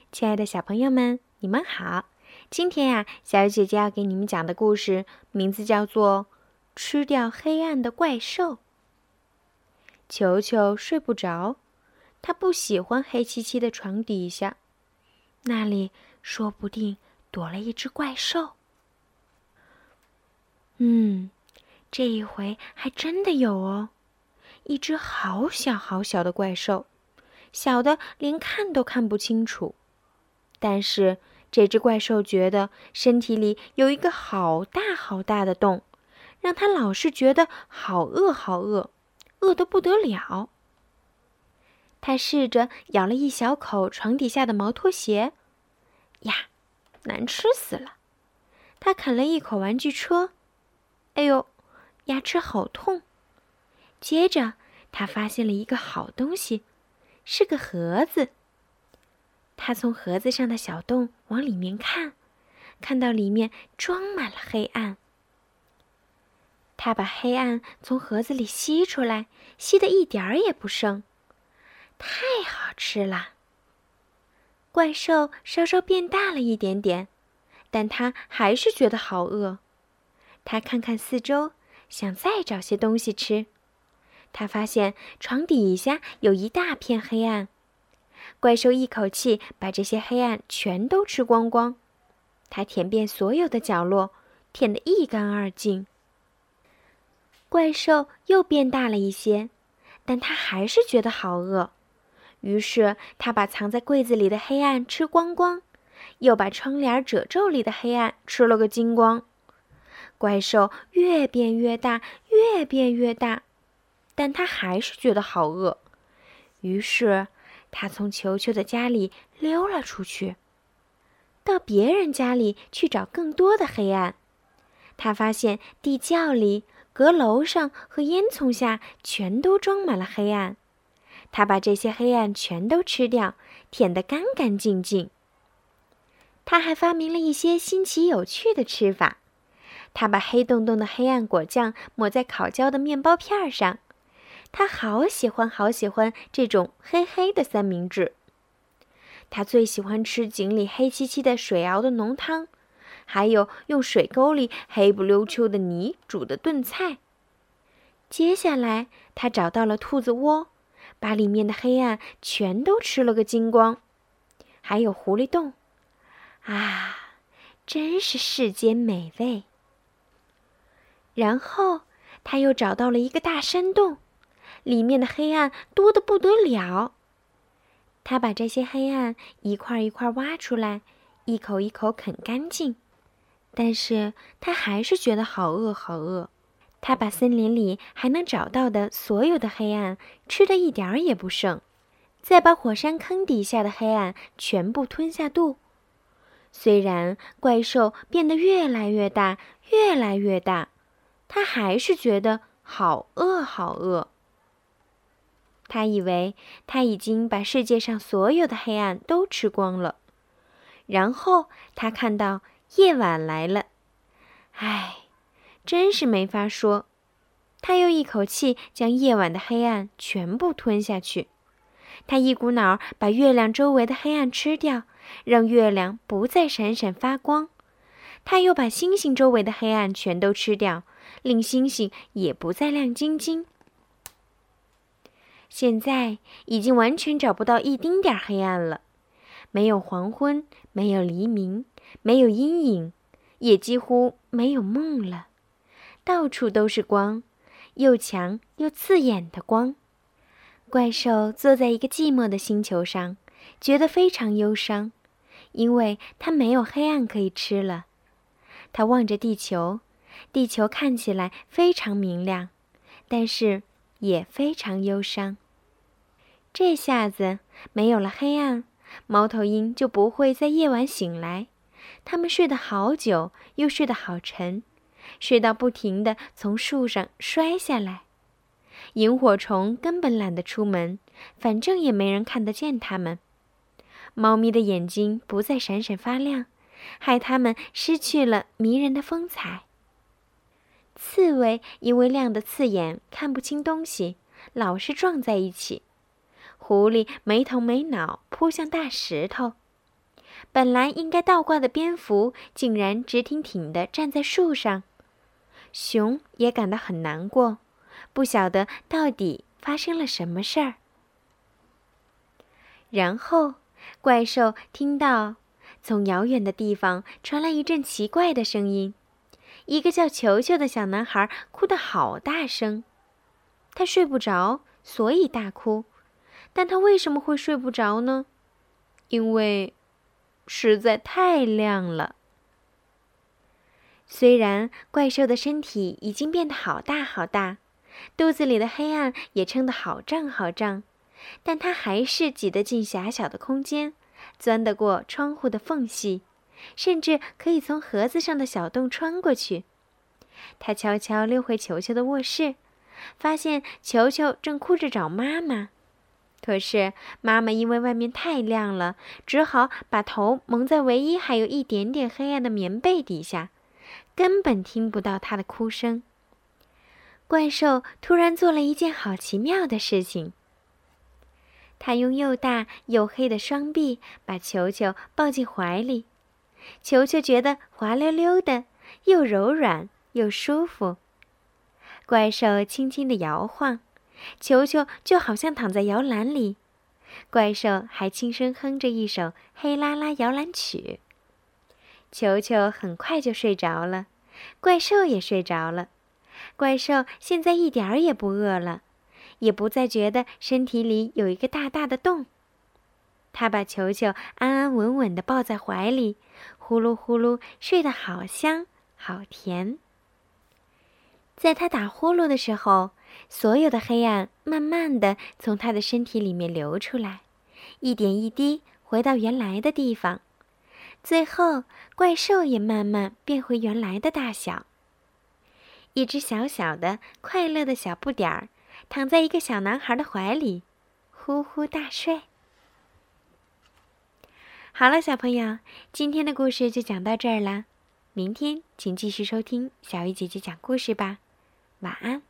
亲爱的小朋友们，你们好！今天呀，小鱼姐姐要给你们讲的故事名字叫做《吃掉黑暗的怪兽》。球球睡不着，他不喜欢黑漆漆的床底下，那里说不定躲了一只怪兽。这一回还真的有哦，一只好小好小的怪兽，小的连看都看不清楚。但是这只怪兽觉得身体里有一个好大好大的洞，让它老是觉得好饿好饿，饿得不得了。它试着咬了一小口床底下的毛拖鞋，呀，难吃死了。它啃了一口玩具车，哎呦，牙齿好痛。接着他发现了一个好东西，是个盒子。他从盒子上的小洞往里面看，看到里面装满了黑暗。他把黑暗从盒子里吸出来，吸得一点儿也不剩，太好吃了。怪兽稍稍变大了一点点，但他还是觉得好饿。他看看四周，想再找些东西吃。他发现床底下有一大片黑暗，怪兽一口气把这些黑暗全都吃光光。他舔遍所有的角落，舔得一干二净。怪兽又变大了一些，但他还是觉得好饿。于是他把藏在柜子里的黑暗吃光光，又把窗帘褶皱里的黑暗吃了个精光。怪兽越变越大，越变越大，但他还是觉得好饿。于是他从球球的家里溜了出去，到别人家里去找更多的黑暗。他发现地窖里、阁楼上和烟囱下全都装满了黑暗。他把这些黑暗全都吃掉，舔得干干净净。他还发明了一些新奇有趣的吃法。他把黑洞洞的黑暗果酱抹在烤焦的面包片上。他好喜欢好喜欢这种黑黑的三明治。他最喜欢吃井里黑漆漆的水熬的浓汤，还有用水沟里黑不溜秋的泥煮的炖菜。接下来他找到了兔子窝，把里面的黑暗全都吃了个精光。还有狐狸洞，啊，真是世间美味。然后他又找到了一个大山洞，里面的黑暗多得不得了。他把这些黑暗一块一块挖出来，一口一口啃干净。但是他还是觉得好饿好饿。他把森林里还能找到的所有的黑暗吃得一点儿也不剩，再把火山坑底下的黑暗全部吞下肚。虽然怪兽变得越来越大，越来越大，他还是觉得好饿好饿。他以为他已经把世界上所有的黑暗都吃光了。然后他看到夜晚来了，唉，真是没法说。他又一口气将夜晚的黑暗全部吞下去。他一股脑儿把月亮周围的黑暗吃掉，让月亮不再闪闪发光。他又把星星周围的黑暗全都吃掉，令星星也不再亮晶晶。现在已经完全找不到一丁点儿黑暗了，没有黄昏，没有黎明，没有阴影，也几乎没有梦了。到处都是光，又强又刺眼的光。怪兽坐在一个寂寞的星球上，觉得非常忧伤，因为它没有黑暗可以吃了。它望着地球，地球看起来非常明亮，但是也非常忧伤。这下子没有了黑暗，猫头鹰就不会在夜晚醒来。它们睡得好久，又睡得好沉，睡到不停地从树上摔下来。萤火虫根本懒得出门，反正也没人看得见它们。猫咪的眼睛不再闪闪发亮，害它们失去了迷人的风采。刺猬因为亮得刺眼，看不清东西，老是撞在一起。狐狸没头没脑扑向大石头。 本来应该倒挂的蝙蝠竟然直挺挺地站在树上。熊也感到很难过，不晓得到底发生了什么事儿。然后，怪兽听到从遥远的地方传来一阵奇怪的声音，一个叫球球的小男孩哭得好大声。他睡不着，所以大哭。但他为什么会睡不着呢？因为实在太亮了。虽然怪兽的身体已经变得好大好大，肚子里的黑暗也撑得好胀好胀，但它还是挤得进狭小的空间，钻得过窗户的缝隙，甚至可以从盒子上的小洞穿过去。它悄悄溜回球球的卧室，发现球球正哭着找妈妈。可是妈妈因为外面太亮了，只好把头蒙在唯一还有一点点黑暗的棉被底下，根本听不到她的哭声。怪兽突然做了一件好奇妙的事情，他用又大又黑的双臂把球球抱进怀里，球球觉得滑溜溜的，又柔软又舒服。怪兽轻轻地摇晃，球球就好像躺在摇篮里，怪兽还轻声哼着一首黑啦啦摇篮曲。球球很快就睡着了，怪兽也睡着了。怪兽现在一点儿也不饿了，也不再觉得身体里有一个大大的洞。他把球球安安稳稳地抱在怀里，呼噜呼噜睡得好香好甜。在他打呼噜的时候，所有的黑暗慢慢地从他的身体里面流出来，一点一滴回到原来的地方。最后，怪兽也慢慢变回原来的大小。一只小小的、快乐的小不点儿，躺在一个小男孩的怀里，呼呼大睡。好了，小朋友，今天的故事就讲到这儿了。明天请继续收听小鱼姐姐讲故事吧。晚安。